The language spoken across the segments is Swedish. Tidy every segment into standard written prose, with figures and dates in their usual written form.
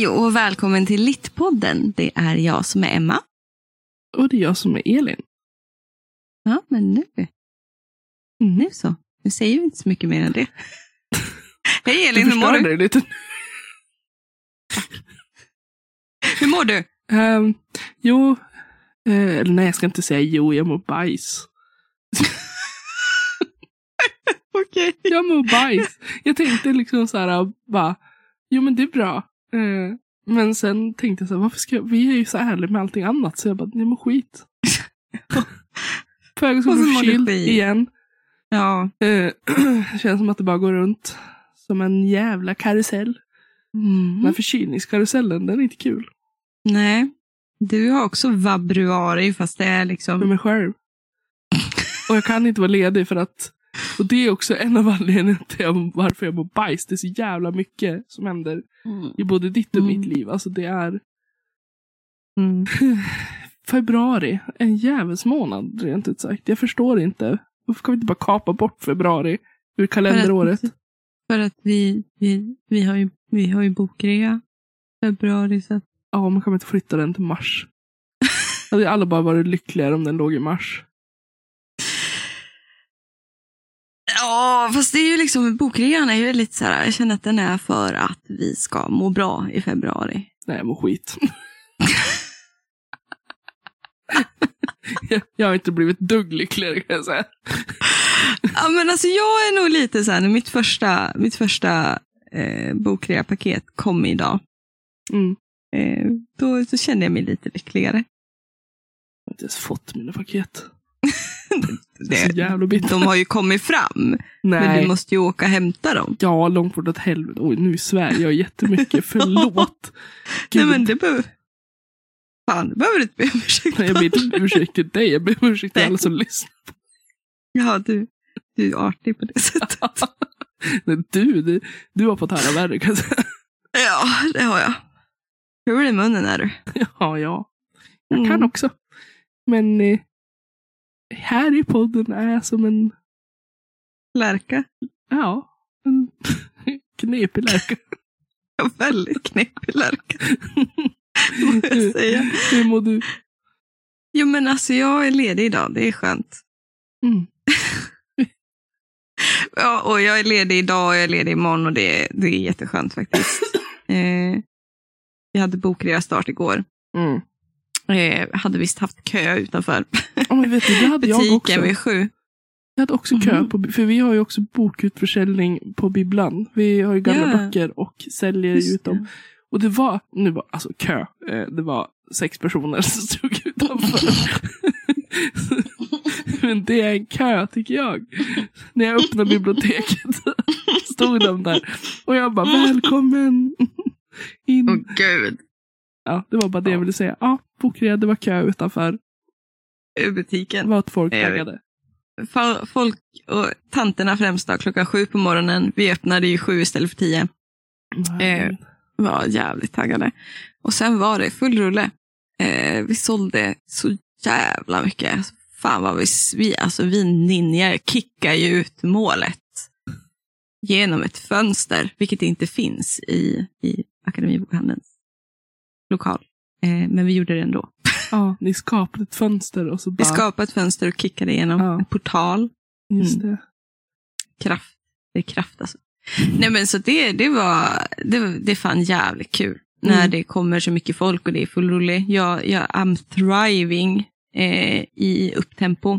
Hej och välkommen till Littpodden. Det är jag som är Emma. Och det är jag som är Elin. Ja, men nu så. Nu säger vi inte så mycket mer än det. Hej Elin, hur mår du? Det lite. Hur mår du? Nej, jag ska inte säga jag mår bajs. Okej. Jag mår bajs. Jag tänkte liksom så här, bara, jo men det är bra. Men sen tänkte jag så här, vi är ju så ärliga med allting annat. Så jag bara, nej men skit. För jag ska bli förkyld igen. Ja. Det känns som att det bara går runt som en jävla karusell. Den här förkylningskarusellen, den är inte kul. Nej. Du har också vabruari fast det är liksom... För mig själv. Och jag kan inte vara ledig för att... Och det är också en av anledningarna till varför jag mår bajs. Det är så jävla mycket som händer i både ditt och mitt liv. Alltså det är... Februari. En jävels månad, rent ut sagt. Jag förstår inte. Varför kan vi inte bara kapa bort februari ur kalenderåret? För att vi har ju bokrea februari så att... Ja, man kan inte flytta den till mars. Hade alla bara varit lyckligare om den låg i mars. Ja, fast det är ju liksom, bokrean är ju lite så här, jag känner att den är för att vi ska må bra i februari. Nej, jag mår skit. jag har inte blivit dugg lyckligare, kan jag säga. Ja, men alltså jag är nog lite så här, när mitt första bokrea-paket kom idag. Då kände jag mig lite lyckligare. Jag har inte ens fått mina paket. Det är så jävla bitter. De har ju kommit fram. Nej. Men du måste ju åka och hämta dem. Ja, långt bort åt helvete. Oj, nu svär jag jättemycket. Förlåt. Nej, men det behöver... Fan, det behöver du inte be om ursäkt. Nej, jag ber inte om ursäkt till dig. Jag ber om ursäkt till alla som lyssnar. Ja, du är artig på det sättet. Men du har fått höra värre, kan jag säga. Ja, det har jag. Hur är det i munnen är du? Ja. Jag kan också. Men här i podden är jag som en... Lärka? Ja, en knepig lärka. Ja, väldigt knepig lärka. Vad jag säga. Hur mår du? Jo, men alltså jag är ledig idag. Det är skönt. Ja, och jag är ledig idag och jag är ledig imorgon och det är jätteskönt faktiskt. Jag hade bokrea start igår. Hade visst haft kö utanför men vet du, det hade jag också. Butiken vid 7. Jag hade också kö, för vi har ju också bokutförsäljning på bibblan. Vi har ju gamla böcker och säljer ut dem. Och det var, alltså kö, det var 6 personer som stod utanför. Men det är en kö, tycker jag. När jag öppnade biblioteket stod de där. Och jag bara, välkommen in. Åh gud. Ja, det var bara det jag ville säga. Ja, bokrea, det var kö utanför. I butiken. Vad folk taggade. Folk och tanterna främst då, 7:00 på morgonen. Vi öppnade ju 7 istället för 10. Var jävligt taggade. Och sen var det full rulle. Vi sålde så jävla mycket. Fan vad vi ninjar kickar ju ut målet genom ett fönster, vilket inte finns i Akademibokhandelns lokal. Men vi gjorde det ändå. Ja, ni skapade ett fönster och så bara... Vi skapade ett fönster och kickade igenom en portal. Just det. Kraft. Det är kraft alltså. Nej, men så det var fan jävligt kul. När det kommer så mycket folk och det är full rulle. Jag am thriving i upptempo.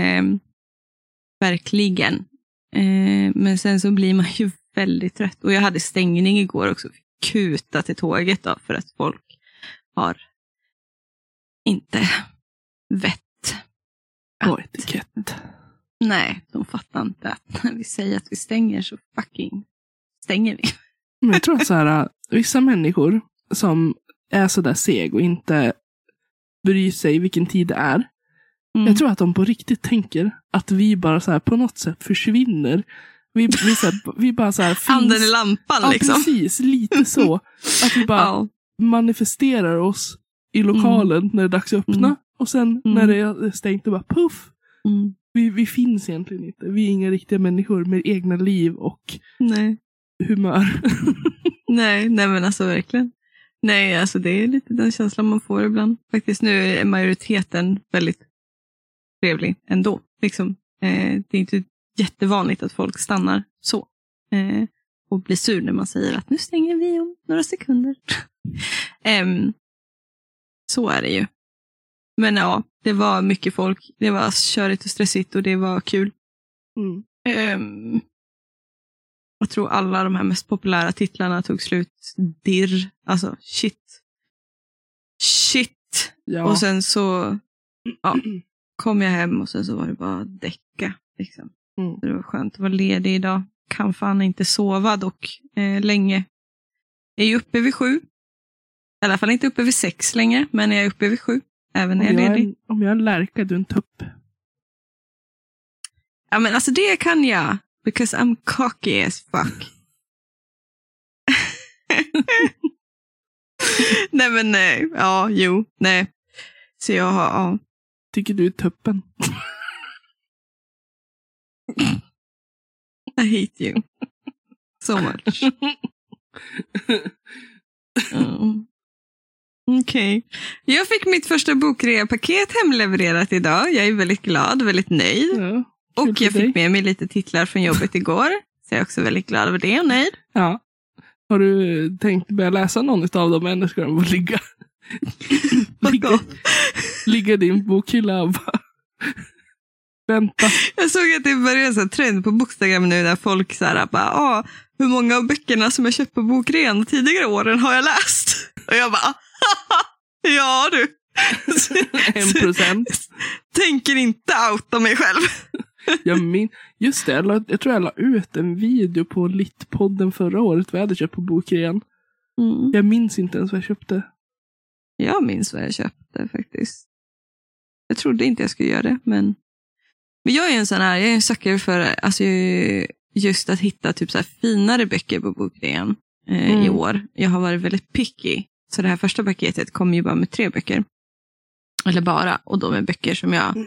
Verkligen. Men sen så blir man ju väldigt trött. Och jag hade stängning igår också. Kuta till tåget då, för att folk har inte vett. Och etikett. Nej, de fattar inte att när vi säger att vi stänger så fucking stänger vi. Men jag tror att så här, vissa människor som är så där seg och inte bryr sig vilken tid det är. Jag tror att de på riktigt tänker att vi bara så här på något sätt försvinner. Vi bara så här finns. Anden i lampan liksom. Ja, precis. Lite så. Att vi bara manifesterar oss i lokalen när det är dags att öppna. Och sen när det är stängt, det bara puff. Vi finns egentligen inte. Vi är inga riktiga människor med egna liv och humör. nej, men alltså verkligen. Nej, alltså det är lite den känslan man får ibland. Faktiskt nu är majoriteten väldigt trevlig ändå. Liksom. Det är inte jättevanligt att folk stannar så. Och blir sur när man säger att nu stänger vi om några sekunder. Så är det ju. Men ja, det var mycket folk. Det var körigt och stressigt och det var kul. Jag tror alla de här mest populära titlarna tog slut. Dirr. Alltså, shit. Ja. Och sen så kom jag hem och sen så var det bara däcka. Liksom. Så det var skönt att vara ledig idag. Kan fan inte sova dock länge. Jag är ju uppe vid 7. I alla fall inte uppe vid 6 länge, men jag är uppe vid 7. Även när jag är ledig. Om jag är en lärka, är du en tupp. Ja, men alltså det kan jag. Because I'm cocky as fuck. Nej men nej. Ja, jo, nej. Så jag har, ja. Tycker du är tuppen? I hate you. So much. Okej. Jag fick mitt första bokrea-paket hemlevererat idag. Jag är väldigt glad, väldigt nöjd. Ja, och jag fick med mig lite titlar från jobbet igår. Så jag är också väldigt glad över det och nöjd. Ja. Har du tänkt börja läsa någon av dem eller ska de ligga? ligga i din bokhylla och bara vänta. Jag såg att det började en trend på Bookstagram nu där folk så här bara, hur många av böckerna som jag köpt på bokrean tidigare åren har jag läst? Och jag bara, ja du. 1%. Tänker inte outa mig själv. Just det, jag tror jag la ut en video på Littpodden förra året vad jag hade köpt på bokrean. Jag minns inte ens vad jag köpte. Jag minns vad jag köpte faktiskt. Jag trodde inte jag skulle göra det, men jag är en sån här, jag är en sucker för alltså, just att hitta typ så här finare böcker på bokrean i år. Jag har varit väldigt picky. Så det här första paketet kom ju bara med 3 böcker. Eller bara, och de är böcker som jag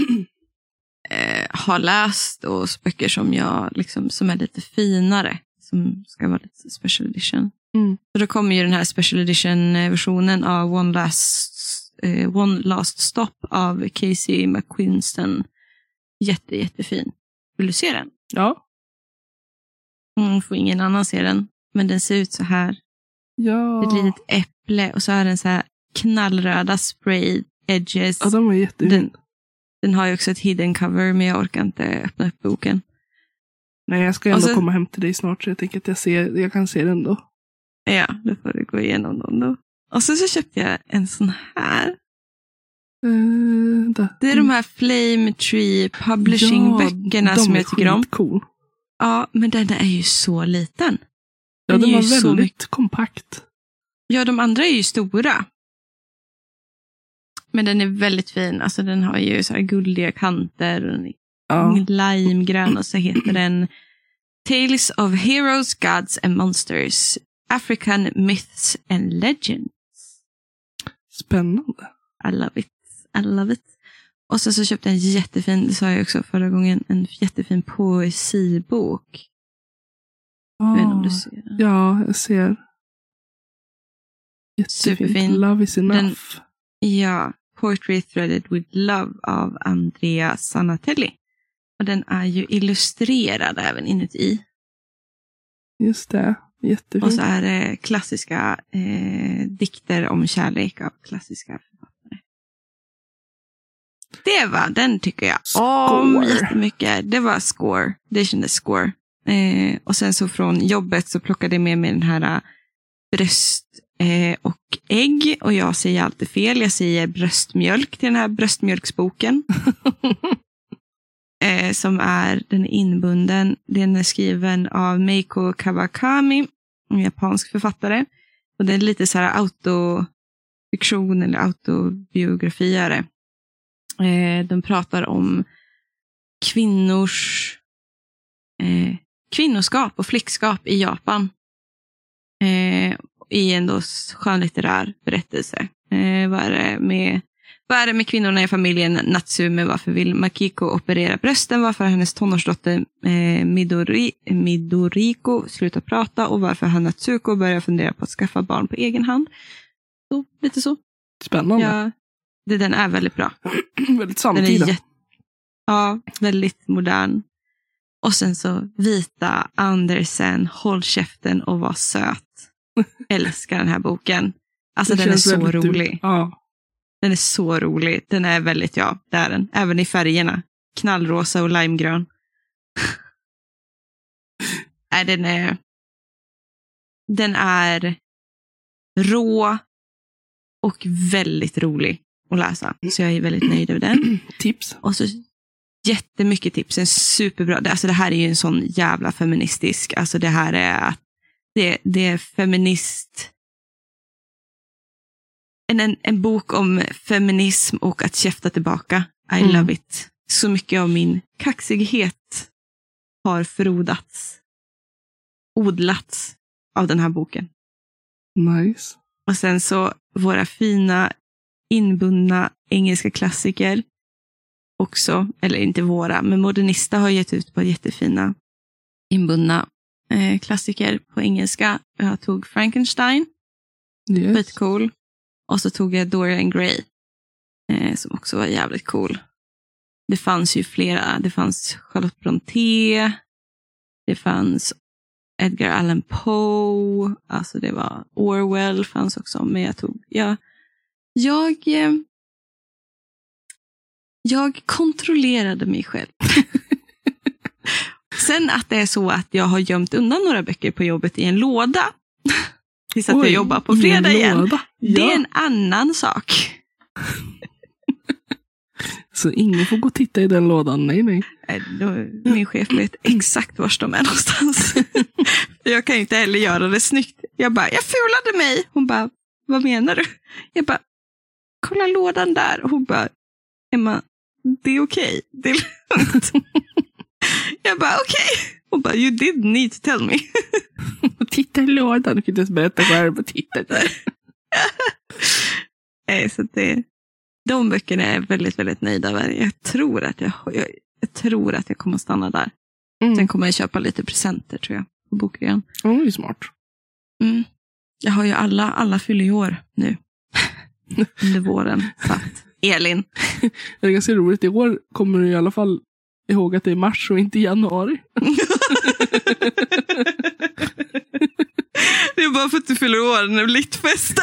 har läst och böcker som jag liksom, som är lite finare, som ska vara lite special edition. Så då kommer ju den här special edition versionen av One Last Stop av Casey McQuiston. Jättefin. Vill du se den? Ja. Får ingen annan se den, men den ser ut så här. Ja. Ett litet äpple och så har den så här knallröda spray edges. Ja, de var jättefin. Den har ju också ett hidden cover, men jag orkar inte öppna upp boken. Nej, jag ska ändå komma hem till dig snart, så jag tänker att jag kan se den då. Ja, då får du gå igenom dem då. Och så köpte jag en sån här. Det är de här Flame Tree Publishing-böckerna som jag tycker om. Cool. Ja, men den är ju så liten. Ja, den var väldigt kompakt. Ja, de andra är ju stora. Men den är väldigt fin. Alltså den har ju så här guldiga kanter. Och limegrön. Och så heter den Tales of Heroes, Gods and Monsters. African Myths and Legends. Spännande. I love it. Och så köpte jag en jättefin, det sa jag också förra gången, en jättefin poesibok. Jag vet inte om du ser den. Ja, jag ser. Superfin. Love is enough. Poetry Threaded with Love av Andrea Sanatelli. Och den är ju illustrerad även inuti. Just det, jättefint. Och så är det klassiska dikter om kärlek av klassiska författare. Det var, den tycker jag om jättemycket. Det var score. Det kändes score. Och sen så från jobbet så plockade jag med mig den här bröst och ägg. Och jag säger alltid fel. Jag säger bröstmjölk till den här bröstmjölksboken. Den är inbunden. Den är skriven av Meiko Kawakami, en japansk författare. Och det är lite så här autofiktion eller autobiografiare. De pratar om kvinnoskap och flickskap i Japan. I en då skönlitterär berättelse. Vad är det med kvinnorna i familjen Natsume? Varför vill Makiko operera brösten? Varför har hennes tonårsdotter Midoriko slutat prata? Och varför har Natsuko börjat fundera på att skaffa barn på egen hand? Så, lite så. Spännande. Ja, den är väldigt bra. Väldigt samtida. Ja, väldigt modern. Och sen så Vita Andersen, håll käften och var söt. Älskar den här boken. Alltså den är så rolig. Ja. Den är så rolig. Den är väldigt, det är den. Även i färgerna. Knallrosa och limegrön. Nej, den är rå och väldigt rolig att läsa. Så jag är väldigt nöjd över den. Tips. Och så jättemycket tips. En superbra. Alltså det här är ju en sån jävla feministisk. Alltså det här är det är feminist. En bok om feminism och att käfta tillbaka. I love it. Så mycket av min kaxighet har odlats av den här boken. Nice. Och sen så våra fina inbundna engelska klassiker också, eller inte våra, men Modernista har gett ut på jättefina inbundna klassiker på engelska. Jag tog Frankenstein, skitcool. Och så tog jag Dorian Gray, som också var jävligt cool. Det fanns ju flera. Det fanns Charlotte Brontë. Det fanns Edgar Allan Poe. Alltså det var Orwell fanns också. Men jag kontrollerade mig själv. Sen att det är så att jag har gömt undan några böcker på jobbet i en låda. Tills att jag jobbar på fredag igen. Ja. Det är en annan sak. Så ingen får gå och titta i den lådan? Nej. Min chef vet exakt var de är någonstans. Jag kan inte heller göra det snyggt. Jag fulade mig. Hon bara, vad menar du? Jag bara, kolla lådan där. Och hon bara, Emma, det är okej. Det är lugnt. Jag bara, okej. Hon bara, you did need to tell me. Titta i lådan. Du kan inte ens berätta själv och titta där. Så de böckerna är väldigt, väldigt nöjda med. Jag tror att jag kommer att stanna där. Sen kommer jag köpa lite presenter tror jag på bokrean. Det är smart. Jag har ju alla fyller i år nu. Under våren. Så att, Elin. Det är ganska roligt. I år kommer du i alla fall ihåg att det är mars och inte januari. Det är bara för att du fyller år när du littfesta.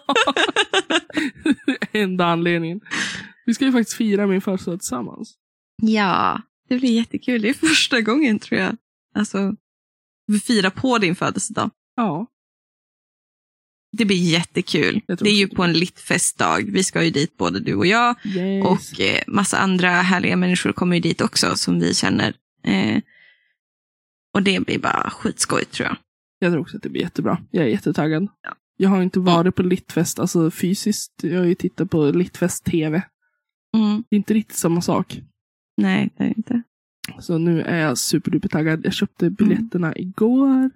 Enda anledningen. Vi ska ju faktiskt fira min födelsedag tillsammans. Ja, det blir jättekul. Det är första gången tror jag. Alltså, vi firar på din födelsedag. Ja. Det blir jättekul. Det är ju på en littfestdag. Vi ska ju dit både du och jag. Yes. Och massa andra härliga människor kommer ju dit också som vi känner. Och det blir bara skitskojigt tror jag. Jag tror också att det blir jättebra. Jag är jättetaggad. Ja. Jag har inte varit på littfest, alltså fysiskt. Jag har ju tittat på littfest TV. Det är inte riktigt samma sak. Nej, det är inte. Så nu är jag superduper taggad. Jag köpte biljetterna igår.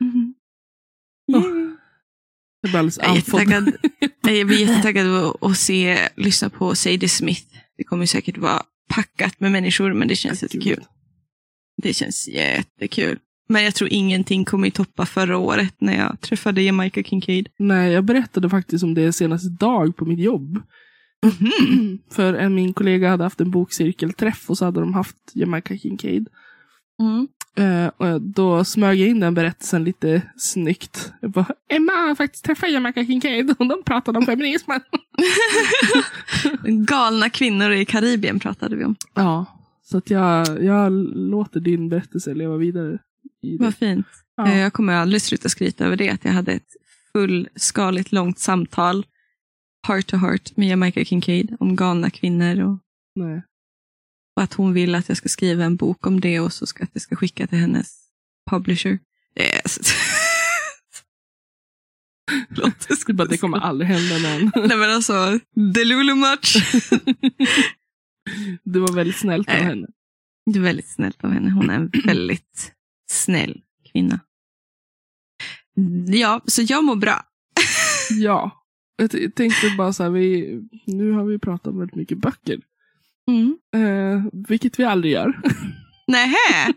Jag blir alldeles jättetaggad. Jag blir jättetaggad att lyssna på Sadie Smith. Det kommer säkert vara packat med människor, men det känns jättekul. Det känns jättekul. Men jag tror ingenting kommer att toppa förra året när jag träffade Jamaica Kincaid. Nej, jag berättade faktiskt om det senaste dag på mitt jobb. För min kollega hade haft en bokcirkelträff och så hade de haft Jamaica Kincaid. Och då smög jag in den berättelsen lite snyggt. Jag bara, Emma har faktiskt träffat Jamaica Kincaid och de pratade om feminismen. Galna kvinnor i Karibien pratade vi om. Ja, så att jag låter din berättelse leva vidare. Vad fint. Ja. Jag kommer aldrig sluta skryta över det. Att jag hade ett fullskaligt långt samtal heart to heart med Jamaica Kincaid om galna kvinnor. Och att hon vill att jag ska skriva en bok om det och så att jag ska skicka till hennes publisher. Det kommer aldrig hända någon. Nej men alltså, Delulu much. Det var väldigt snällt av henne. Det var väldigt snällt av henne. Hon är en väldigt snäll kvinna. Ja, så jag mår bra. Ja, Jag tänkte bara så här, nu har vi pratat om väldigt mycket böcker. Vilket vi aldrig gör. Nähä!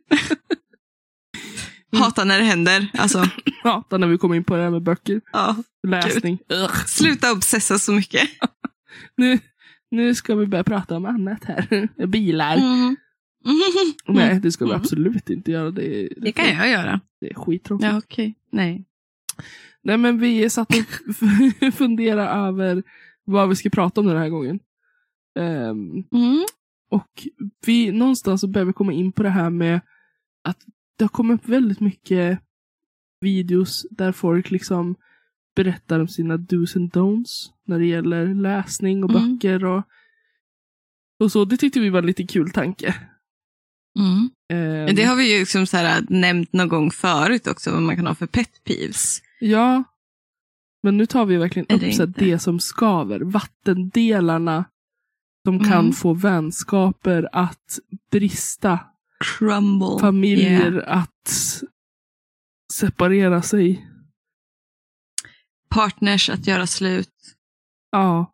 Hatar när det händer. Alltså. Hatar när vi kommer in på det här med böcker. Ja. Läsning. Sluta obsessa så mycket. Nu ska vi börja prata om annat här. Bilar. Nej, det ska vi absolut inte göra. Det kan jag göra. Det är skittråkigt. Ja, okej. Nej, men vi satt och funderade över vad vi ska prata om den här gången. Och någonstans så börjar vi komma in på det här med att det har kommit upp väldigt mycket videos där folk liksom berättar om sina do's and don'ts när det gäller läsning och böcker och så. Det tyckte vi var en lite kul tanke. Det har vi ju liksom så här nämnt någon gång förut också, vad man kan ha för pet peeves. Ja, men nu tar vi verkligen upp så det som skaver. Vattendelarna som kan få vänskaper att brista. Crumble. Familjer att separera sig. Partners att göra slut. Ja.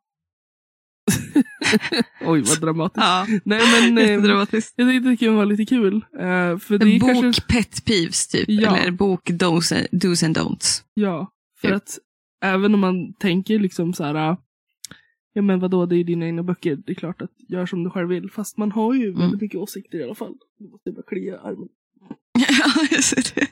Oj, vad dramatiskt. Ja. Nej, men dramatiskt. Jag tyckte det kan vara lite kul. För det en är bok kanske... pet peeves typ. Ja. Eller bok do's and don'ts. Ja, för att även om man tänker liksom så här, ja men vadå, det är dina egna böcker. Det är klart att gör som du själv vill. Fast man har ju väldigt mycket åsikter i alla fall. Du måste bara klia armen. Ja, jag ser det.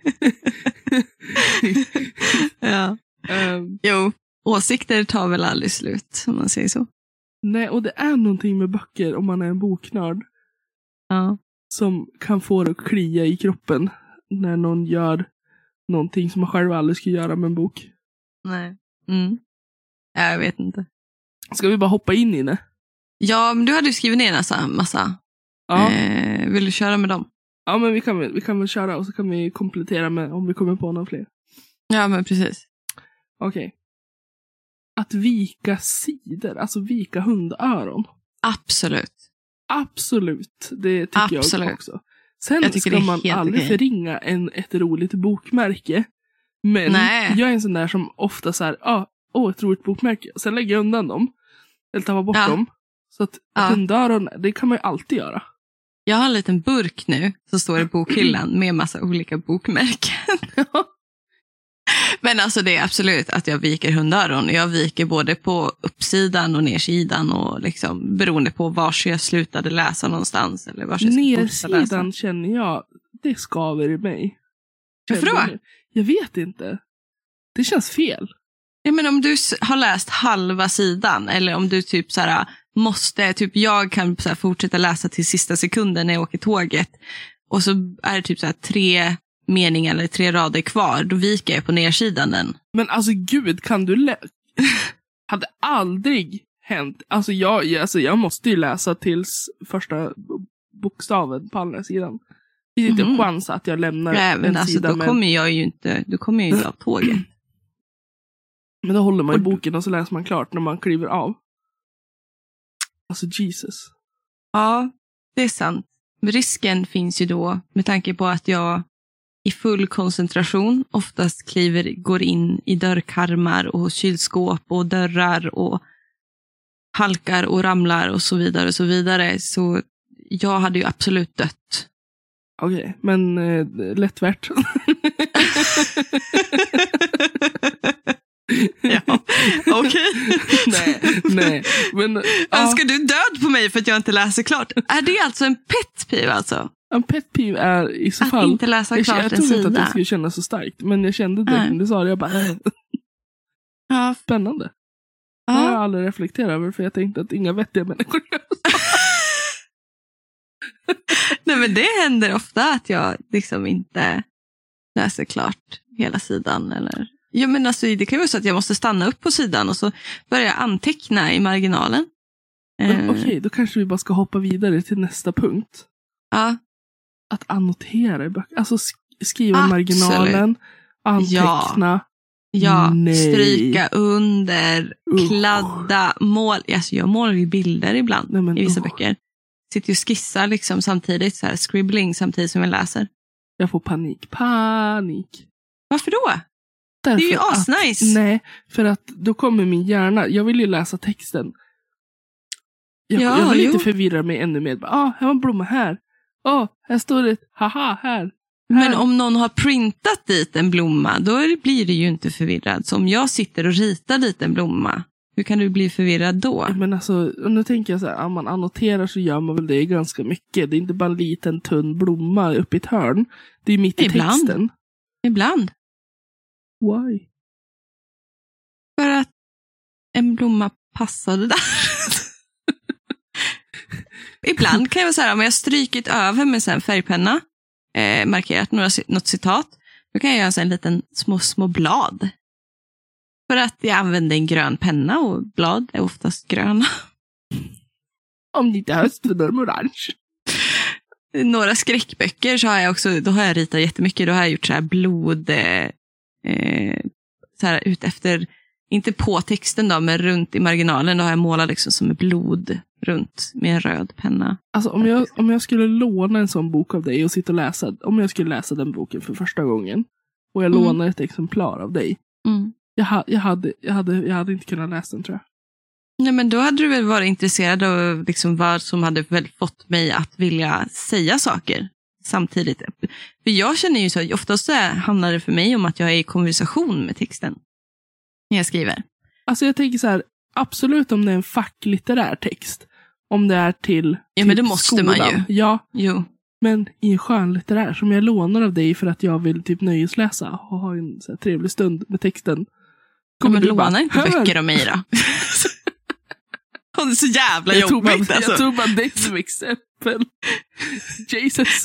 Ja. Jo, åsikter tar väl aldrig slut, om man säger så. Nej, och det är någonting med böcker om man är en boknörd. Ja. Som kan få det att klia i kroppen när någon gör någonting som man själv aldrig skulle göra med en bok. Nej. Jag vet inte. Ska vi bara hoppa in i det? Ja, men du hade ju skrivit ner en massa. Ja. Vill du köra med dem? Ja, men vi kan väl köra och så kan vi komplettera med om vi kommer på någon fler. Ja, men precis. Okej. Att vika sidor, alltså vika hundöron. Absolut, det tycker jag också. Sen ska man aldrig förringa ett roligt bokmärke. Men jag är en sån där som ofta så här, ett roligt bokmärke. Sen lägger jag undan dem. Eller tar bort dem. Så att hundöron, det kan man ju alltid göra. Jag har en liten burk nu som står i bokhyllan med massa olika bokmärken. Men alltså det är absolut att jag viker hundöron. Jag viker både på uppsidan och nersidan och liksom beroende på var jag slutade läsa någonstans. Eller var jag nersidan känner jag, det skaver i mig. Varför då? Jag vet inte. Det känns fel. Ja, men om du har läst halva sidan eller om du typ så här måste, typ jag kan så här fortsätta läsa till sista sekunden när jag åker tåget och så är det typ så här 3 meningar eller 3 rader kvar, då viker jag på nersidan den. Men alltså gud, kan du hade aldrig hänt. Alltså jag måste ju läsa tills första bokstaven på andra sidan. Det är inte en chans att jag lämnar en alltså, sida. Då kommer jag ju inte av tåget. Men då håller man i boken och så läser man klart när man kliver av. Alltså Jesus. Ja, det är sant. Risken finns ju då, med tanke på att jag i full koncentration oftast går in i dörrkarmar och kylskåp och dörrar och halkar och ramlar och så vidare och så vidare. Så jag hade ju absolut dött. Okej, men lätt värt. Ja, okej. Nej. Men, önskar du död på mig för att jag inte läser klart? Är det alltså en pet peeve alltså? En pet peeve är i så fall... Att inte läsa klart en sida. Jag tror inte att det skulle kännas så starkt. Men jag kände det när du sa det. Jag bara... Ja. Spännande. Det har jag aldrig reflekterat över. För jag tänkte att inga vettiga människor gör så. Nej, men det händer ofta att jag liksom inte läser klart hela sidan. Eller... Ja, men alltså, det kan ju vara så att jag måste stanna upp på sidan och så börjar jag anteckna i marginalen. Okej, då kanske vi bara ska hoppa vidare till nästa punkt. Ja. Att annotera i böcker. Alltså skriva i marginalen. Anteckna. Ja, stryka under, kladda, mål. Alltså, jag målar ju bilder ibland i vissa böcker. Sitter och skissar liksom samtidigt, så här scribbling samtidigt som jag läser. Jag får panik. Varför då? Det är ju asnice. Nej, för att då kommer min hjärna, jag vill ju läsa texten. Jag vill inte förvirra mig ännu mer. Här var en blomma här. Här står det haha här. Men om någon har printat dit en blomma, då blir det ju inte förvirrad. Så om jag sitter och ritar dit en blomma, hur kan du bli förvirrad då? Men alltså, nu tänker jag så här, om man annoterar så gör man väl det ganska mycket. Det är inte bara en liten tunn blomma upp i ett hörn. Det är mitt i texten. Ibland. Why? För att en blomma passade där. Ibland kan jag vara så här, om jag har strykit över med en färgpenna, markerat något citat, då kan jag göra en liten små blad. För att jag använder en grön penna och blad är oftast gröna. Om det inte är höst, då är de orange. Några skräckböcker så har jag också, då har jag ritat jättemycket, då har jag gjort så här blod så här ut efter, inte på texten då, men runt i marginalen, då har jag målat liksom som ett blod runt med en röd penna. Alltså om jag skulle låna en sån bok av dig och sitta och läsa, om jag skulle läsa den boken för första gången och jag lånar ett exemplar av dig, jag hade inte kunnat läsa den, tror jag. Nej, men då hade du väl varit intresserad av liksom vad som hade väl fått mig att vilja säga saker samtidigt. För jag känner ju så, oftast så handlar det för mig om att jag är i konversation med texten när jag skriver. Alltså jag tänker så här, absolut om det är en facklitterär text. Om det är till ja, men det måste skolan. Man ju. Ja, jo. Men i en skönlitterär som jag lånar av dig för att jag vill typ nöjesläsa och ha en så här trevlig stund med texten. Men låna inte böcker av mig då. Det är så jävla jobbigt. Jag tog bara det som exempel. Jesus.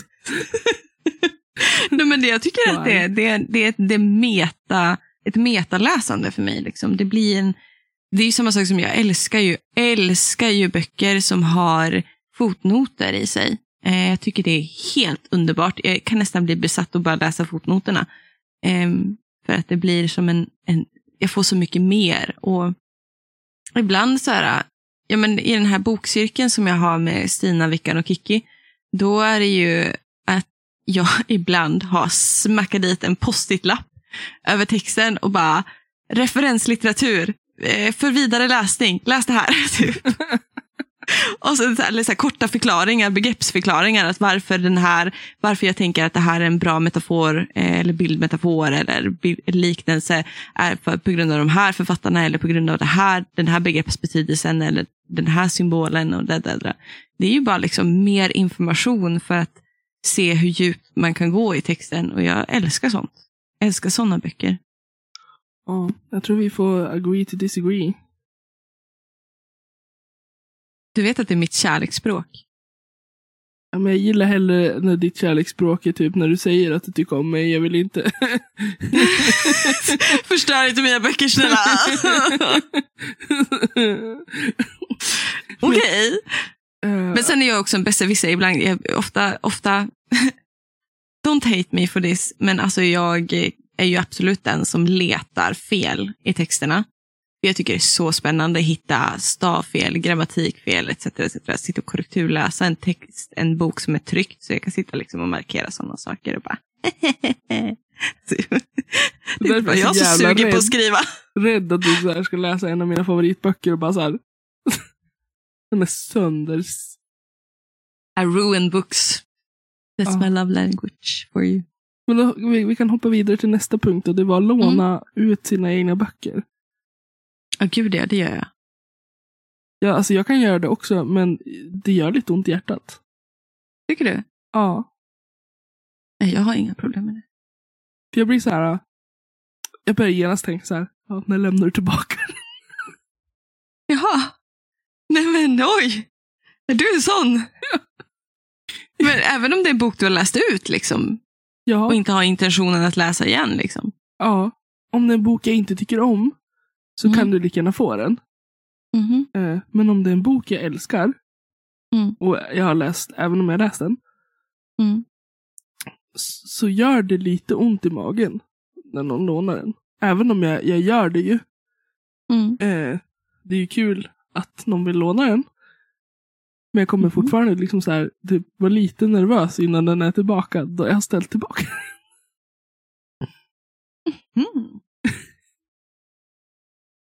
Nej, men jag tycker att det är ett metaläsande för mig. Liksom. Det är ju samma sak som jag älskar ju böcker som har fotnoter i sig. Jag tycker det är helt underbart. Jag kan nästan bli besatt och bara läsa fotnoterna. För att det blir som jag får så mycket mer. Och ibland så här, ja, men i den här bokcirkeln som jag har med Stina, Vickan och Kiki, då är det ju att jag ibland har smackat dit en post-it-lapp över texten och bara referenslitteratur för vidare läsning, läs det här. Och så här korta förklaringar, begreppsförklaringar, att varför jag tänker att det här är en bra metafor eller bildmetafor eller liknelse är på grund av de här författarna eller på grund av den här begreppsbetydelsen eller den här symbolen och det. Det är ju bara liksom mer information för att se hur djupt man kan gå i texten, och jag älskar sånt. Jag älskar sådana böcker. Ja, jag tror vi får agree to disagree. Du vet att det är mitt kärleksspråk. Ja, men jag gillar hellre när ditt kärleksspråk är typ när du säger att du tycker om mig. Jag vill inte. Förstör inte mina böcker, snälla. Okej. Men sen är jag också en besserwisser ibland. Ofta don't hate me for this. Men alltså jag är ju absolut den som letar fel i texterna. Jag tycker det är så spännande att hitta stavfel, grammatikfel etc. Sitta och korrekturläsa en bok som är tryckt, så jag kan sitta liksom och markera sådana saker och bara det är bara jag så suger på att skriva. Rädd att du så här ska läsa en av mina favoritböcker och bara så här den är sönders. I ruin books. That's my love language for you. Men då, vi kan hoppa vidare till nästa punkt, och det var låna ut sina egna böcker. Ja, gud, det gör jag. Ja, alltså jag kan göra det också, men det gör lite ont i hjärtat. Tycker du? Ja. Nej, jag har inga problem med det. För jag blir så här, jag börjar genast tänka så här, ja, när lämnar du tillbaka? Jaha. Nej men, oj. Är du sån? Men även om det är en bok du har läst ut liksom. Ja. Och inte har intentionen att läsa igen liksom. Ja. Om det är en bok jag inte tycker om, så kan du lika gärna få den. Men om det är en bok jag älskar, och jag har läst, även om jag har läst den, så gör det lite ont i magen när någon lånar den. Även om jag gör det ju. Det är ju kul att någon vill låna den. Men jag kommer fortfarande liksom så här, typ, var lite nervös innan den är tillbaka, då jag har ställt tillbaka.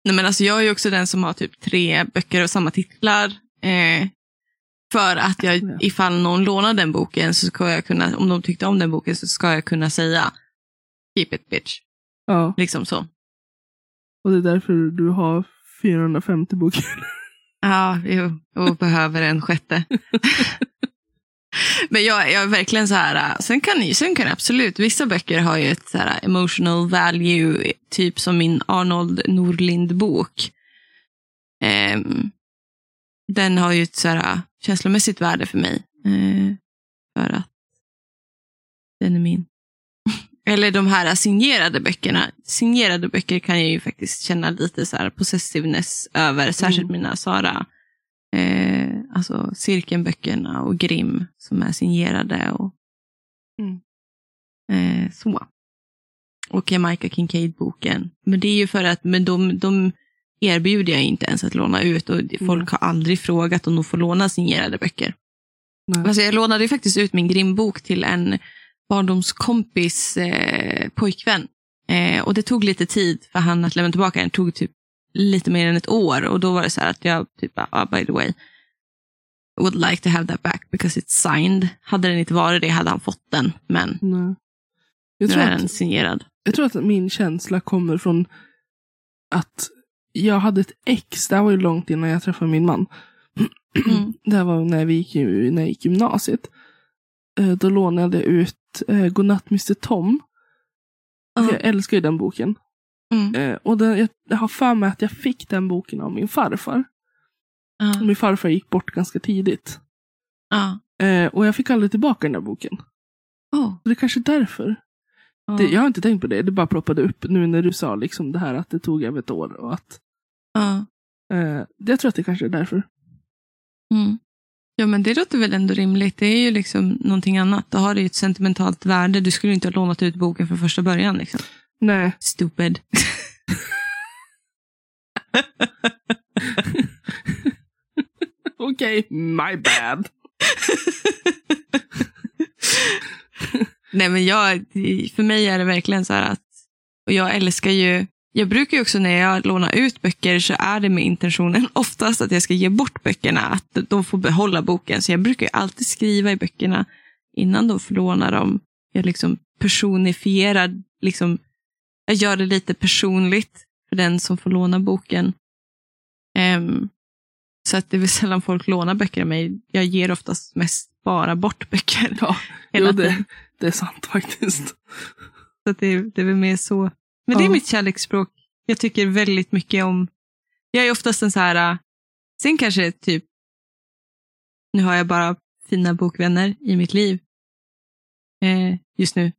Nej, men alltså jag är ju också den som har typ 3 böcker och samma titlar. För att ifall någon lånar den boken så ska jag kunna, om de tyckte om den boken så ska jag kunna säga keep it bitch. Ja. Liksom så. Och det är därför du har 450 böcker. Ja, och behöver en 6:e. Men jag är verkligen så här, sen kan absolut, vissa böcker har ju ett så här emotional value, typ som min Arnold Nordlind-bok. Den har ju ett så här känslomässigt värde för mig. För att den är min. Eller de här signerade böckerna. Signerade böcker kan jag ju faktiskt känna lite så här possessiveness över, särskilt mina Sara. Alltså Cirkelböckerna och Grimm som är signerade och så. Och Jamaica Kincaid-boken. Men det är ju för att de erbjuder jag inte ens att låna ut och folk har aldrig frågat om de får låna signerade böcker. Alltså jag lånade ju faktiskt ut min Grimm-bok till en barndomskompis pojkvän. Och det tog lite tid för han att lämna tillbaka den. Det tog typ lite mer än ett år. Och då var det så här att jag typ, by the way, would like to have that back because it's signed. Hade den inte varit det hade han fått den. Men jag tror nu är den signerad. Jag tror att min känsla kommer från att jag hade ett ex. Det var ju långt innan jag träffade min man. Det var när jag gick gymnasiet. Då lånade jag ut Godnatt Mr. Tom. Jag älskar ju den boken. Och jag har för mig att jag fick den boken av min farfar. Min farfar gick bort ganska tidigt. Och jag fick aldrig tillbaka den där boken. Så det är kanske därför. Jag har inte tänkt på det. Det bara ploppade upp nu när du sa liksom det här att det tog över ett år. Och att, jag tror att det kanske är därför. Ja, men det låter väl ändå rimligt. Det är ju liksom någonting annat. Då har det ju ett sentimentalt värde. Du skulle inte ha lånat ut boken från första början liksom. Nej. Stupid. Okej, my bad. Nej, men för mig är det verkligen så här att, och jag älskar ju, jag brukar ju också när jag lånar ut böcker så är det med intentionen oftast att jag ska ge bort böckerna, att de får behålla boken. Så jag brukar ju alltid skriva i böckerna innan de får låna dem. Jag liksom personifierar, liksom, jag gör det lite personligt för den som får låna boken. Så att det är väl sällan folk lånar böcker av mig. Jag ger oftast mest bara bort böcker. Ja, det är sant faktiskt. Så att det är väl mer så. Men det är mitt kärleksspråk. Jag tycker väldigt mycket om. Jag är oftast en så här. Sen kanske typ. Nu har jag bara fina bokvänner i mitt liv. Just nu.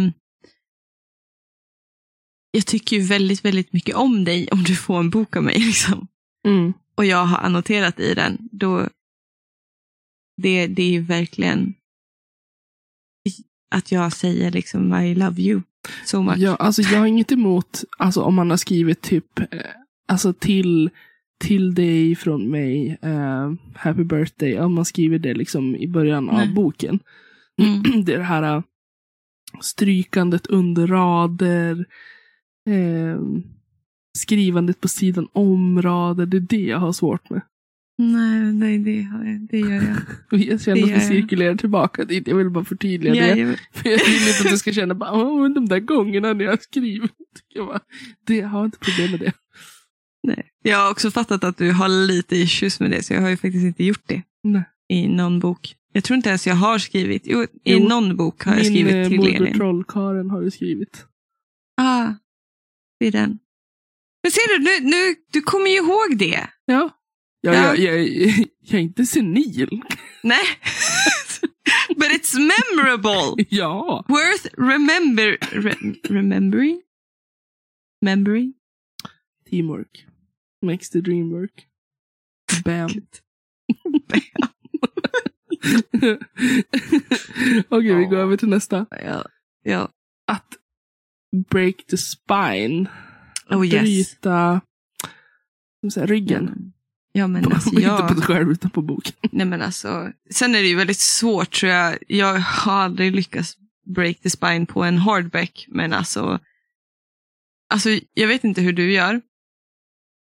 Jag tycker ju väldigt, väldigt mycket om dig. Om du får en bok av mig liksom. Och jag har annoterat i den. Då. Det är ju verkligen. Att jag säger liksom I love you. So much. Ja, alltså jag har inget emot alltså om man har skrivit typ alltså till dig från mig happy birthday, om man skriver det liksom i början av boken. Det är det här strykandet under rader, skrivandet på sidan om rader, det är det jag har svårt med. Nej, det gör jag. Och jag känner att vi cirkulerar tillbaka dit. Jag vill bara förtydliga det. För jag vill inte att du ska känna bara, de där gångerna när jag har skrivit. Jag har inte problem med det. Nej. Jag har också fattat att du har lite issues med det. Så jag har ju faktiskt inte gjort det. Nej. I någon bok. Jag tror inte ens jag har skrivit. I någon bok har jag skrivit till Elin. Min trollkaren har du skrivit. Det är den. Men ser du, nu du kommer ju ihåg det. Ja. Jag är inte senil. Nej. But it's memorable. Ja. Worth remembering. Remembering. Teamwork. Makes the dream work. Bam. Okej, vi går över till nästa. Ja. Att break the spine. Yes. Bryta ryggen. Ja, men alltså, inte på dig själv utan på boken. Nej, men alltså, sen är det ju väldigt svårt tror jag. Jag har aldrig lyckats break the spine på en hardback. Men alltså jag vet inte hur du gör.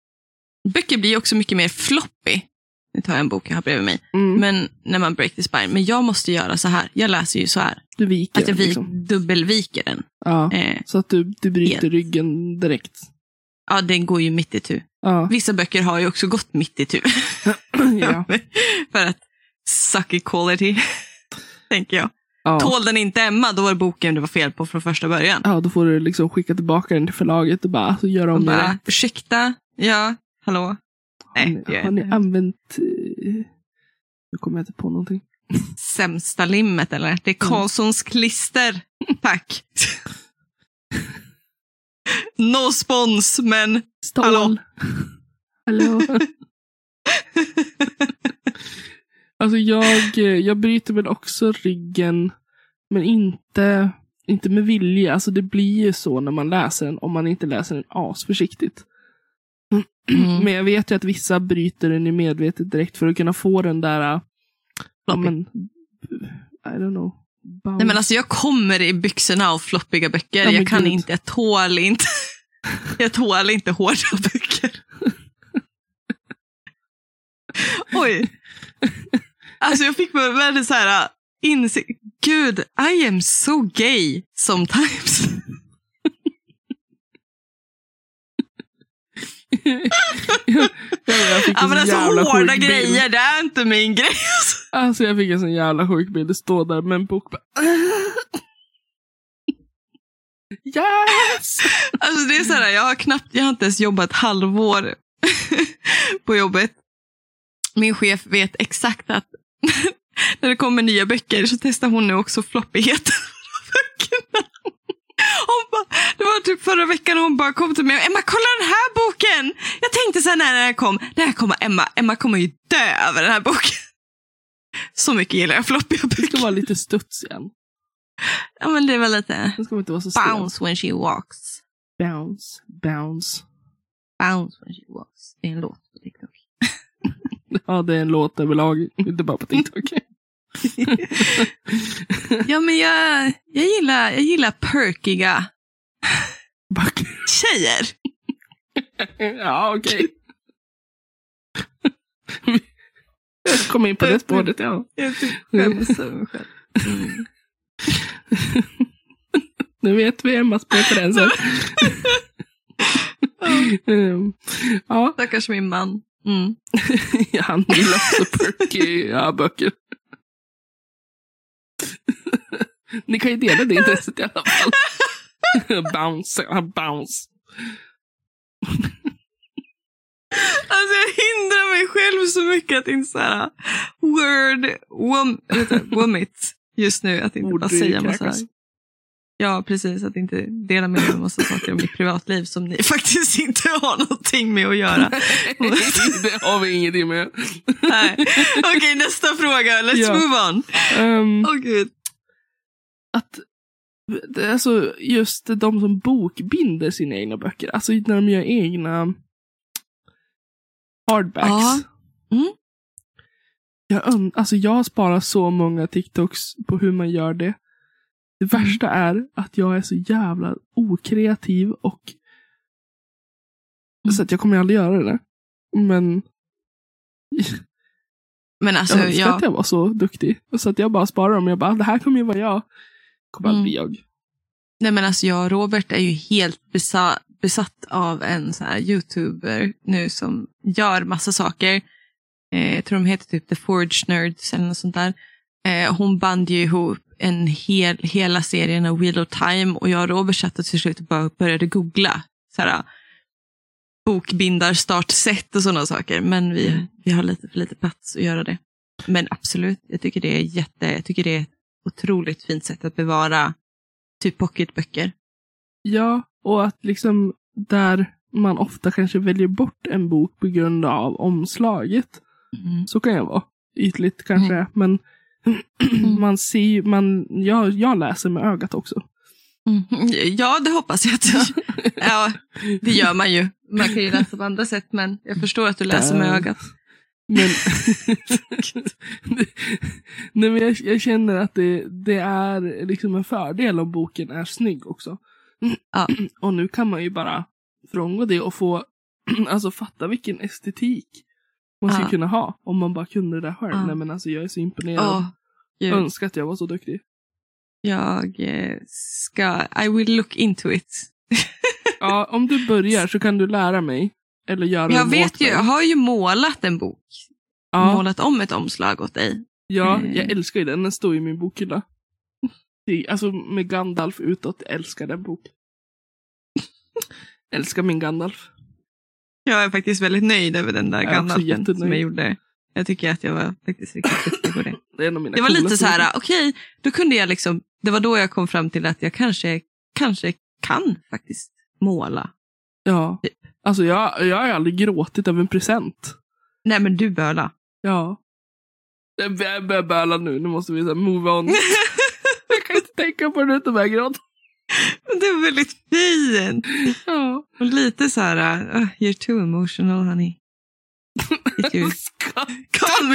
böcker blir också mycket mer floppy. Nu tar jag en bok jag har bredvid mig. Men när man break the spine. Men jag måste göra så här. Jag läser ju så här. Du viker att jag liksom. dubbelviker den. Ja, så att du bryter ryggen direkt. Ja, den går ju mitt i tu. Ja. Vissa böcker har ju också gått mitt i tu. Ja. För att suck quality, tänker jag. Ja. Tål den inte Emma, då var boken det var fel på från första början. Ja, då får du liksom skicka tillbaka den till förlaget och bara alltså, göra om det. Ursäkta, ja, hallå. Har ni använt... Nu kommer jag inte på någonting. Sämsta limmet, eller? Det är Karlssons klister. Tack. No spons, men... Stål. Hallå. Hallå. Alltså jag bryter väl också ryggen, men inte med vilja. Alltså det blir ju så när man läser den, om man inte läser den asförsiktigt. Men jag vet ju att vissa bryter den i medvetet direkt för att kunna få den där I don't know. Nej, men alltså jag kommer i byxorna av floppiga böcker. Ja, jag kan gud. inte, jag tål inte hårda böcker. Oj. Alltså jag fick väldigt så här insikt. Gud, I am so gay sometimes. Ja, men alltså hårda grejer, det är inte min grej. Alltså jag fick en sån jävla sjuk bild. Det står där med en bok. Yes! Alltså det är så här, jag har inte ens jobbat halvår på jobbet. Min chef vet exakt att när det kommer nya böcker så testar hon nu också floppigheten på böckerna. Det var typ förra veckan hon bara kom till mig. Emma, kolla den här boken. Jag tänkte så här när den kom. Det här kommer Emma kommer ju dö över den här boken. Så mycket gillar jag floppiga böcker. Det ska vara lite studs igen. Ja, men det var lite det ska inte vara så bounce when she walks. Bounce. Bounce when she walks. Det är en låt på TikTok. Ja, det är en låt överlag. Inte bara på TikTok. Ja, men jag gillar perkiga tjejer. Ja, okej. Kom in på det spåret, ja. Jag typ skäms över mig själv. Nu vet vi Emmas preferenser. Ja. Stackars min man. Han gillar också perky böcker. Ni kan ju dela det intresset i alla fall. Bounce. Alltså jag hindrar mig själv så mycket att inte såhär womit just nu. Att inte bara säga massa. Ja, precis. Att inte dela med mig en massa saker om mitt privatliv som ni faktiskt inte har någonting med att göra. Det har vi ingenting med. Nej. Okej, nästa fråga. Let's move on. Gud. Att alltså just de som bokbinder sina egna böcker, alltså när de gör egna hardbacks. Jag sparar så många TikToks på hur man gör det. Det värsta är att jag är så jävla okreativ och så att jag kommer aldrig göra det. Men alltså, jag önskar att jag var så duktig. Så att jag bara sparar dem. Jag bara, det här kommer ju vara jag. Kommer aldrig bli jag. Nej, men alltså Robert är ju helt besatt av en så här YouTuber nu som gör massa saker. Jag tror de heter typ The Forge Nerds eller något sånt där. Hon band ju ihop hela serien av Wheel of Time och jag och Robert satt och till slut bara började googla såhär, bokbindar startsätt och sådana saker, men vi har lite för lite plats att göra det. Men absolut, jag tycker det är ett otroligt fint sätt att bevara typ pocketböcker. Ja, och att liksom där man ofta kanske väljer bort en bok på grund av omslaget. Så kan jag vara ytligt kanske, men man ser jag läser med ögat också. Ja, det hoppas jag att ja, det gör man ju. Man kan ju läsa på andra sätt, men jag förstår att du läser med ögat. Men nej, men jag känner att det är liksom en fördel om boken är snygg också. Ja. Och nu kan man ju bara frångå det och få Alltså fatta vilken estetik man skulle kunna ha om man bara kunde det själv. Nej men alltså jag är så imponerad. Önskar att jag var så duktig. I will look into it. Ja, om du börjar så kan du lära mig. Eller göra jag vet ju, jag har ju målat en bok. Målat om ett omslag åt dig. Ja, jag älskar ju den. Den står i min bokhylla. Alltså med Gandalf utåt, jag älskar den boken. Älskar min Gandalf. Jag är faktiskt väldigt nöjd över den där Gandalfen som jag gjorde. Jag tycker att jag var faktiskt riktigt duktig på det. Det var lite så här, okej, då kunde jag liksom, det var då jag kom fram till att jag kanske kan faktiskt måla. Ja, typ. Alltså jag har aldrig gråtit över en present. Nej men du böla. Ja. Jag börjar böla nu måste vi så move on. Jag kan inte tänka på det utan jag gråta. Det var väldigt fint. Ja. Och lite så här, you're too emotional honey. Call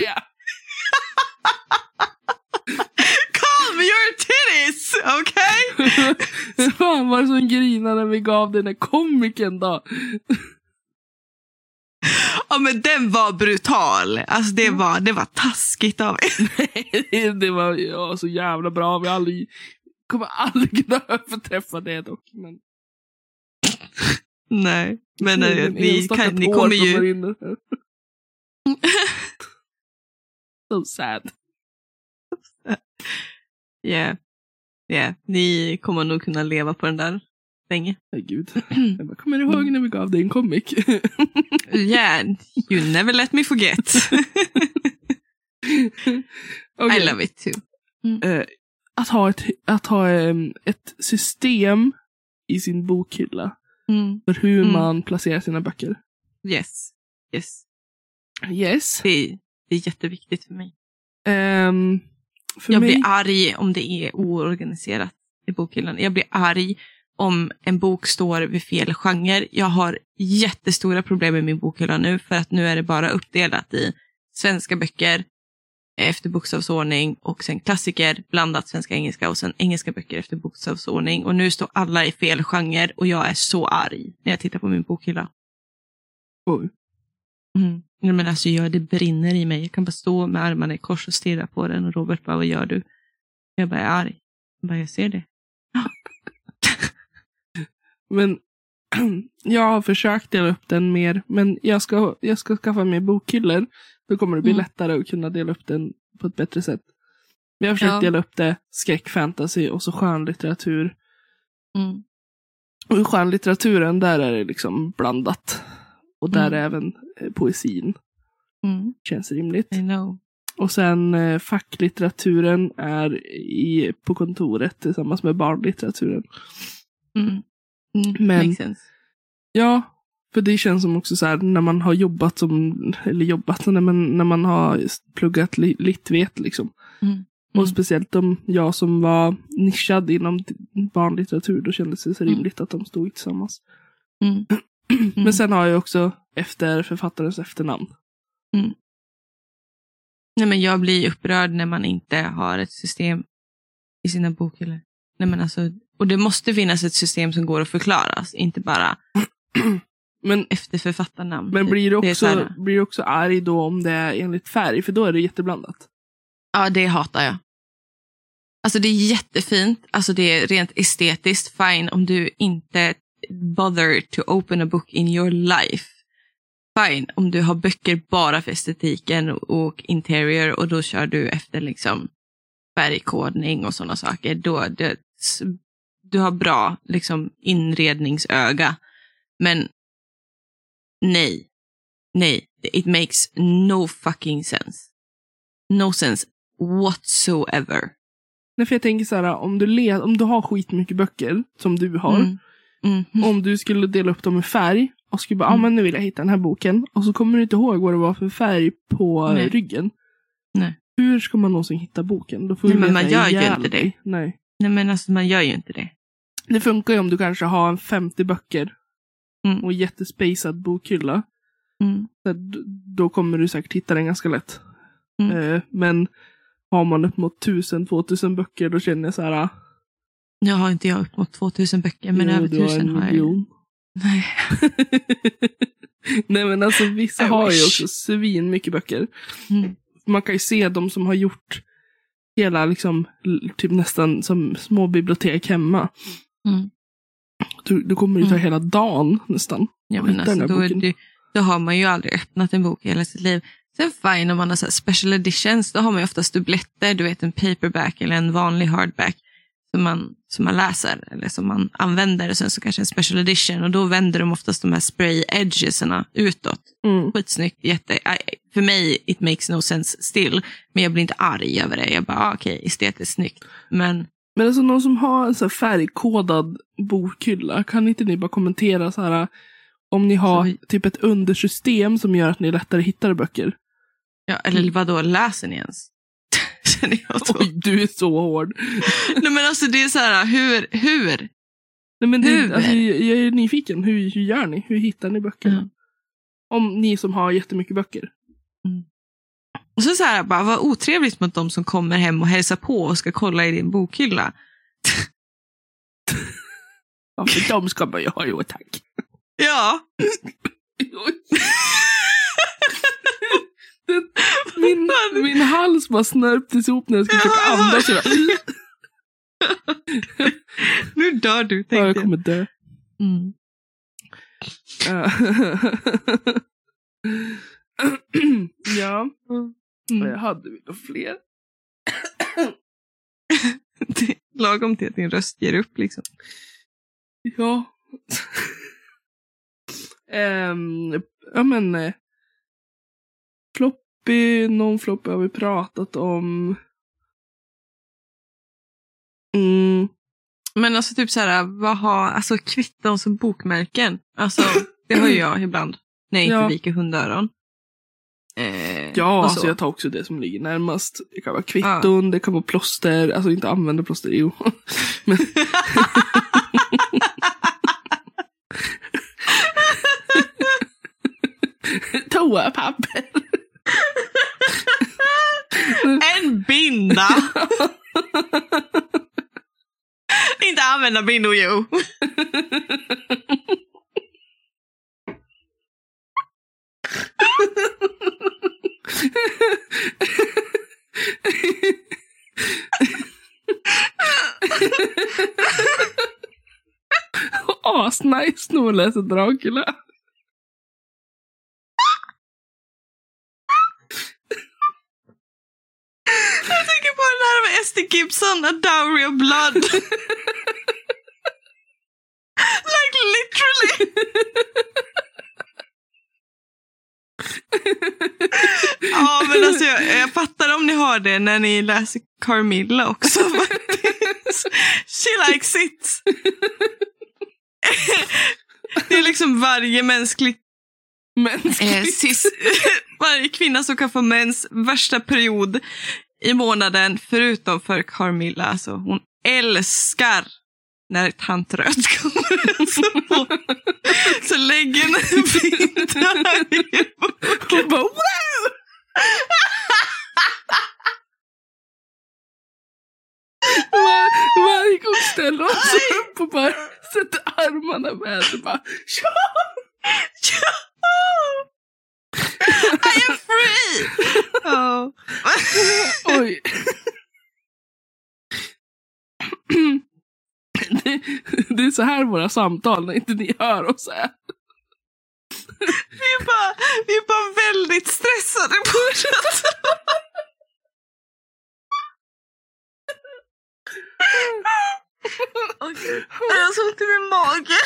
me your titties, okay? Fan var det som grinade när vi gav den här komiken då? Ja, men den var brutal. Alltså det var taskigt av er. Nej, det var så jävla bra. Kommer aldrig kunna överträffa det dock. Men... Nej, men ni kommer ju... So sad. Yeah, ni kommer nog kunna leva på den där länge. Gud. Jag kommer ihåg när vi gav dig en comic. Yeah, you never let me forget. Okay. I love it too. Att ha ett system i sin bokhylla för hur man placerar sina böcker. Yes. Det är jätteviktigt för mig. Jag blir arg om det är oorganiserat i bokhyllan. Jag blir arg om en bok står vid fel genre. Jag har jättestora problem med min bokhylla nu, för att nu är det bara uppdelat i svenska böcker efter bokstavsordning och sen klassiker, blandat svenska-engelska och sen engelska böcker efter bokstavsordning. Och nu står alla i fel genre och jag är så arg när jag tittar på min bokhylla. Oj. Men alltså det brinner i mig. Jag kan bara stå med armarna i kors och stirra på den och Robert bara, vad gör du? Jag bara är arg. Jag ser det. Men jag har försökt dela upp den mer, men jag ska skaffa mig bokhyllor. Då kommer det bli lättare att kunna dela upp den på ett bättre sätt. Men jag har försökt dela upp det skräck, fantasy och så skönlitteratur. Och i skönlitteraturen där är det liksom blandat. Och där är även poesin. Känns rimligt. I know. Och sen facklitteraturen är på kontoret tillsammans med barnlitteraturen. Men makes sense. Ja, för det känns som också så här när man har jobbat när man har pluggat littvet liksom. Och speciellt jag som var nischad inom barnlitteratur, då kändes det så rimligt att de stod tillsammans. Men sen har jag också efter författarens efternamn. Nej, men jag blir upprörd när man inte har ett system i sina bokhyllor. Nej, men alltså, och det måste finnas ett system som går att förklaras, inte bara efter författarnamn. Men blir du också arg då om det är enligt färg? För då är det jätteblandat. Ja, det hatar jag. Alltså det är jättefint. Alltså det är rent estetiskt fine om du inte bother to open a book in your life. Fine om du har böcker bara för estetiken och interior och då kör du efter liksom färgkodning och sådana saker. Då du har bra liksom inredningsöga. Men nej, it makes no fucking sense. No sense whatsoever. Nej, för jag tänker så här, om du har skitmycket böcker som du har, om du skulle dela upp dem i färg och skulle bara, men nu vill jag hitta den här boken, och så kommer du inte ihåg vad det var för färg på ryggen. Nej. Hur ska man någonsin hitta boken? Då får men man gör ju inte det. Nej, men alltså man gör ju inte det. Det funkar ju om du kanske har en 50 böcker och jättespacad bokhylla. Då kommer du säkert hitta den ganska lätt. Men har man upp mot 1000-2000 böcker, då känner jag så här. Jag har inte upp mot 2000 böcker, men över 1000 har jag. Nej. Nej men alltså vissa har ju också svin mycket böcker. Man kan ju se de som har gjort hela liksom typ nästan som små bibliotek hemma. Du kommer ju ta hela dagen nästan. Ja men alltså då har man ju aldrig öppnat en bok i hela sitt liv. Sen fine om man har så här special editions, då har man ju oftast dubbletter, du vet en paperback eller en vanlig hardback som man läser eller som man använder, och sen så kanske en special edition, och då vänder de oftast de här spray edgesarna utåt. Skitsnyggt, för mig it makes no sense still, men jag blir inte arg över det. Jag bara okej, estetiskt snyggt. Men alltså någon som har en så här färgkodad bokhylla, kan inte ni bara kommentera så här om ni har typ ett undersystem som gör att ni lättare hittar böcker? Ja, eller vadå, läser ni ens? Oj, du är så hård. Nej men alltså det är så här, hur? Nej men alltså, jag är nyfiken, hur gör ni? Hur hittar ni böckerna? Om ni som har jättemycket böcker. Och så här, bara vad otrevligt mot de som kommer hem och hälsar på och ska kolla i din bokhylla. Ja, för de ska man ju ha, jo tack. Ja. Min hals bara snörptes ihop när jag skulle försöka andas. Nu dör du, tänkte jag. Ja, jag kommer dö. Ja. Jag hade vi några fler. Det är lagom till att din röst ger upp liksom. Ja. Ja men floppy, non-floppy har vi pratat om. Men alltså typ så här, vad har alltså kvitton som bokmärken? Alltså det har ju jag ibland. Nej, inte vika hundöron. Ja, alltså jag tar också det som ligger närmast. Det kan vara kvitton, det kan vara plåster. Alltså inte använda plåster, jo. Men toapapper. En binda. Inte använda bindor, jo. Asnice när man läser Dracula. Jag tänker på den här med Esther Gibson, A Dowry of Blood. Like literally. Ja, men alltså jag fattar om ni har det när ni läser Carmilla också. She likes it. Det är liksom varje varje kvinna som kan få mens värsta period i månaden, förutom för Carmilla. Alltså, hon älskar när tant Röd kommer. Så lägger en binda i boken. Och bara wow! Varje gång ställer hon sig upp och bara sätter armarna med och bara ja! Ja! I am free! Oh. Oj. Det är så här våra samtal när inte ni hör oss här. Vi är bara väldigt stressade på det. Okay. Jag har så ont i min mage.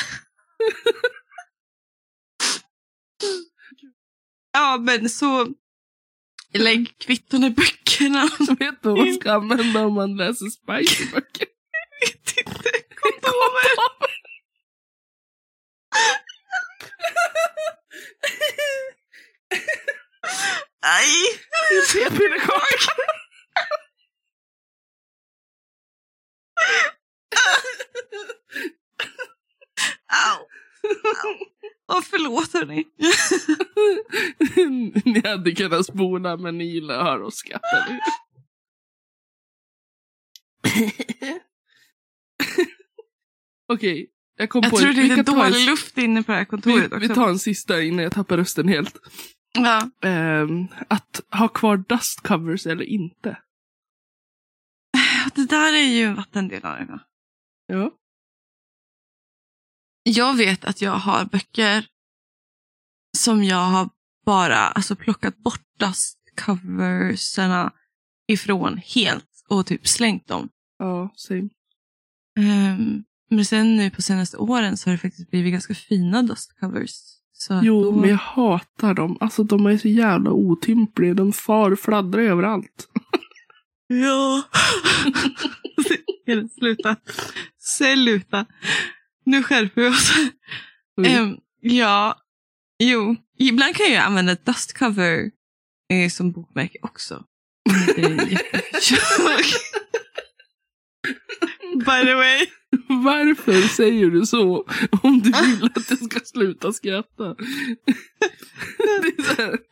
Ja, men så lägg kvitton i böckerna. Vet du vad man ska använda om man läser spicy-böcker? Jag vet inte. Kondomer. Aj. P-piller kvar. Au. Åh, förlåt hörni. Ni hade kunnat spola, men ni gillar att höra och skratta nu. Okej. Jag tror det är lite dålig luft inne på det här kontoret också. Vi tar en sista innan jag tappar rösten helt. Ja. Att ha kvar dust covers eller inte. Det där är ju vattendelare. Ja. Jag vet att jag har böcker som jag har bara plockat bort dustcoversarna ifrån helt och typ slängt dem. Ja, same. Men sen nu på senaste åren så har det faktiskt blivit ganska fina dustcovers. Så jo, men jag hatar dem. Alltså de är så jävla otympliga. De fladdrar överallt. Ja. Sluta. Nu skärper vi oss. Ja. Jo. Ibland kan jag använda dustcover som bokmärke också. By the way. Varför säger du så om du vill att jag ska sluta skratta? Det är så här.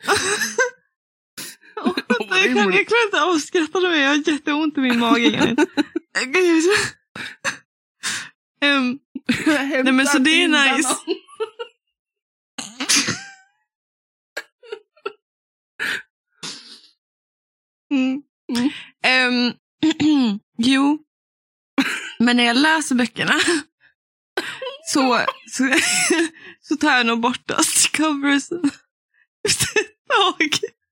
Jag klarar inte av att skratta nu. Jag har jätteont i min mage. Nej men så det är nice. Jo. Men när jag läser böckerna så tar jag nog bort dustcoversen efter ett tag.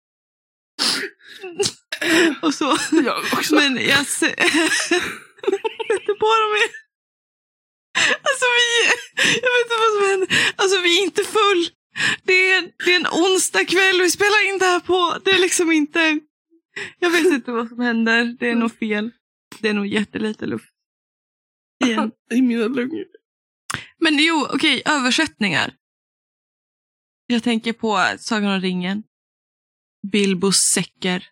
Och så. Jag också. Men jag sätter på dem igen. Alltså jag vet inte vad som händer. Alltså vi är inte full. Det är en onsdag kväll och vi spelar in det här på. Det är liksom inte. Jag vet inte vad som händer. Det är nog fel. Det är nog jättelite luft. Igen. I mina lungor. Men jo, okej, översättningar. Jag tänker på Sagan om ringen. Bilbos säcker.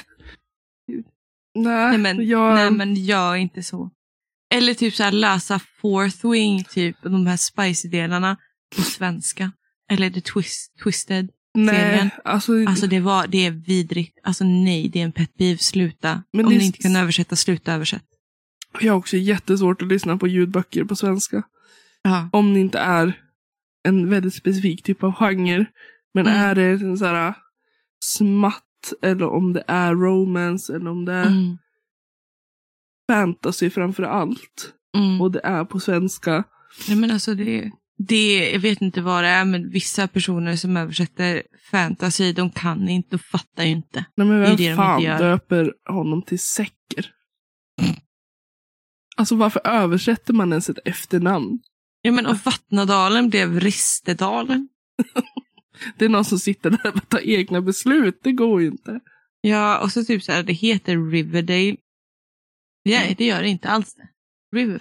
Nej, men jag är inte så. Eller typ så här läsa Fourth Wing, typ de här spicy-delarna på svenska. Eller The Twisted. Nej, serien. alltså det är vidrigt. Alltså nej, det är en pet peeve. Sluta. Men om det... ni inte kan översätta, sluta översätt. Jag har också jättesvårt att lyssna på ljudböcker på svenska. Ja. Om det inte är en väldigt specifik typ av genre. Men är det en så här smatt, eller om det är romance, eller om det är fantasy framför allt. Och det är på svenska. Nej men alltså det, jag vet inte vad det är, men vissa personer som översätter fantasy, de kan inte, de fattar ju inte. Nej men vem det fan döper honom till säcker? Alltså varför översätter man ens ett efternamn? Ja men och Vattnadalen blev Ristedalen. Det är någon som sitter där och tar egna beslut, det går ju inte. Ja, och så typ så här, det heter Riverdale. Ja, det gör det inte alls det. River.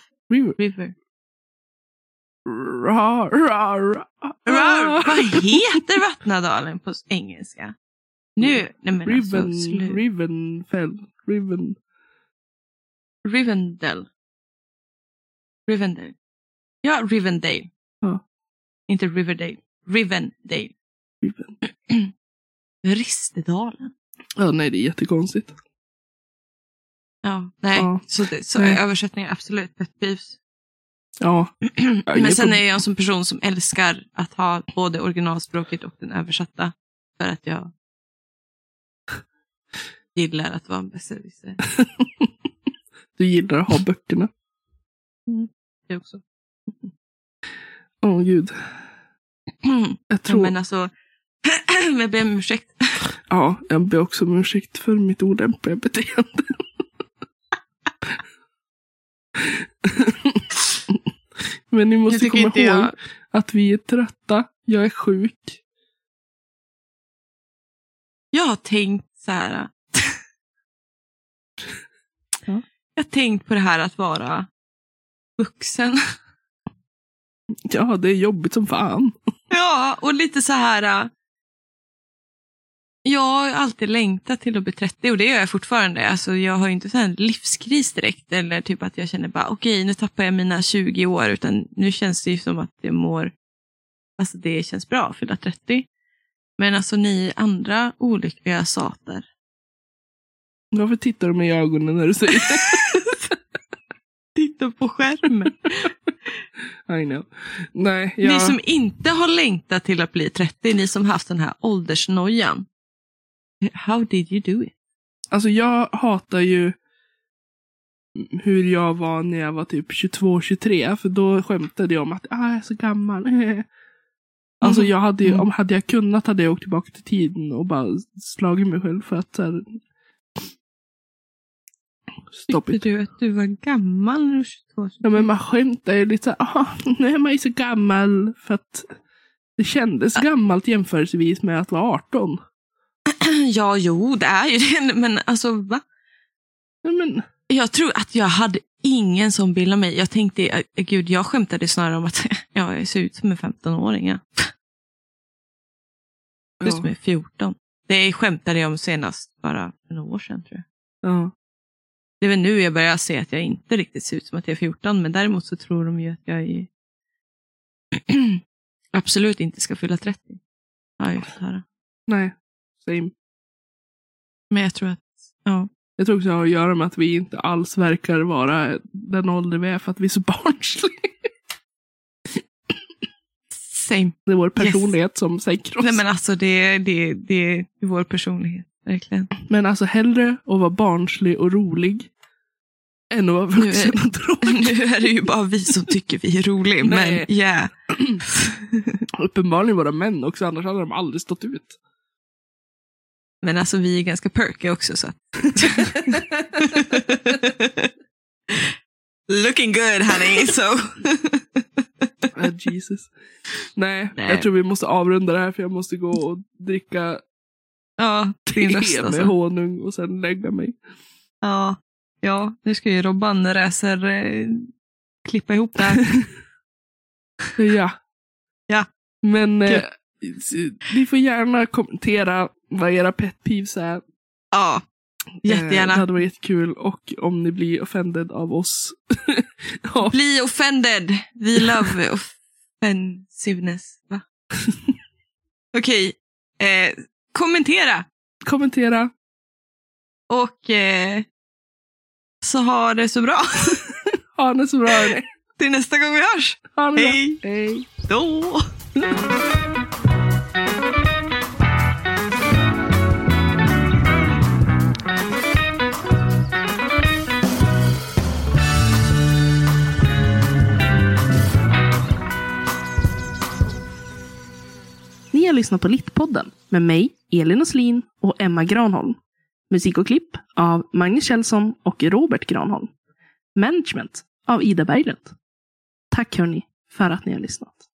Vad heter Vattnadalen på engelska? Nu, nej men Rivendell. Ja, Rivendale. Ja. Inte Riverdale. Rivendale. Ristedalen. Ja, nej, det är jättekonstigt. Ja, nej. Ja. Så nej. Översättningar absolut pet peeves. Ja. Men sen är jag en sån person som älskar att ha både originalspråket och den översatta. För att jag gillar att vara en besserwisser. Du gillar att ha böckerna. Det också. Gud. Jag tror... Ja, men alltså, jag ber om ursäkt. Ja, jag ber också om ursäkt för mitt olämpliga beteende. Men ni måste komma ihåg att vi är trötta. Jag är sjuk. Jag har tänkt så här. Ja. Jag har tänkt på det här att vara vuxen. Ja, det är jobbigt som fan. Ja, och lite så här. Jag har alltid längtat till att bli 30 och det gör jag fortfarande. Alltså, jag har ju inte en livskris direkt. Eller typ att jag känner bara okej, nu tappar jag mina 20 år. Utan nu känns det ju som att jag mår. Alltså det känns bra att fylla 30. Men alltså ni andra olyckliga sater. Varför tittar du mig i ögonen när du säger det? tittar på skärmen. I know. Nej, Ni som inte har längtat till att bli 30, ni som haft den här åldersnojan. How did you do it? Alltså jag hatar ju hur jag var när jag var typ 22-23. För då skämtade jag om att jag är så gammal. Alltså jag hade ju, om hade jag kunnat hade jag åkt tillbaka till tiden och bara slagit mig själv för att så här, stopp it. Tyckte du att du var gammal när du 22? Ja, men man skämtar ju lite så här, nu är man ju så gammal, för att det kändes gammalt jämförelsevis med att vara 18. Ja, jo, det är ju det. Men alltså, va? Ja, men jag tror att jag hade ingen som bildade mig. Jag tänkte, gud, jag skämtade snarare om att jag ser ut som en 15-åring. Ja. Just som är 14. Det skämtade jag om senast bara för några år sedan, tror jag. Ja. Det är väl nu jag börjar se att jag inte riktigt ser ut som att jag är 14. Men däremot så tror de ju att jag är absolut inte ska fylla 30. Ja, jag får höra. Nej, same. Men jag tror att, ja. Jag tror också det har att göra med att vi inte alls verkar vara den ålder vi är för att vi är så barnsliga. Same. Det är vår personlighet som sänker oss. Nej, men alltså det är vår personlighet, verkligen. Men alltså hellre att vara barnslig och rolig än att vara vuxen och tråkig. Nu är det ju bara vi som tycker vi är roliga, men yeah. Uppenbarligen våra män också, annars hade de aldrig stått ut. Men alltså vi är ganska perky också, så att... Looking good, honey, so... Jesus. Nej, jag tror vi måste avrunda det här, för jag måste gå och dricka te med honung och sen lägga mig. Ja, nu ska ju Robban klippa ihop det här. Ja. Men ni får gärna kommentera vad era pet peeves är. Ja, jättegärna. Det hade varit jättekul. Och om ni blir offended av oss. Bli offended. We love offensiveness. Va? Okej. Kommentera. Och så ha det så bra. Ha det så bra. Till nästa gång vi hörs. Hej. Hej då. Ni har lyssnat på Littpodden med mig, Elin Åslin och Emma Granholm. Musik och klipp av Magnus Kjellson och Robert Granholm. Management av Ida Berglund. Tack hörni för att ni har lyssnat.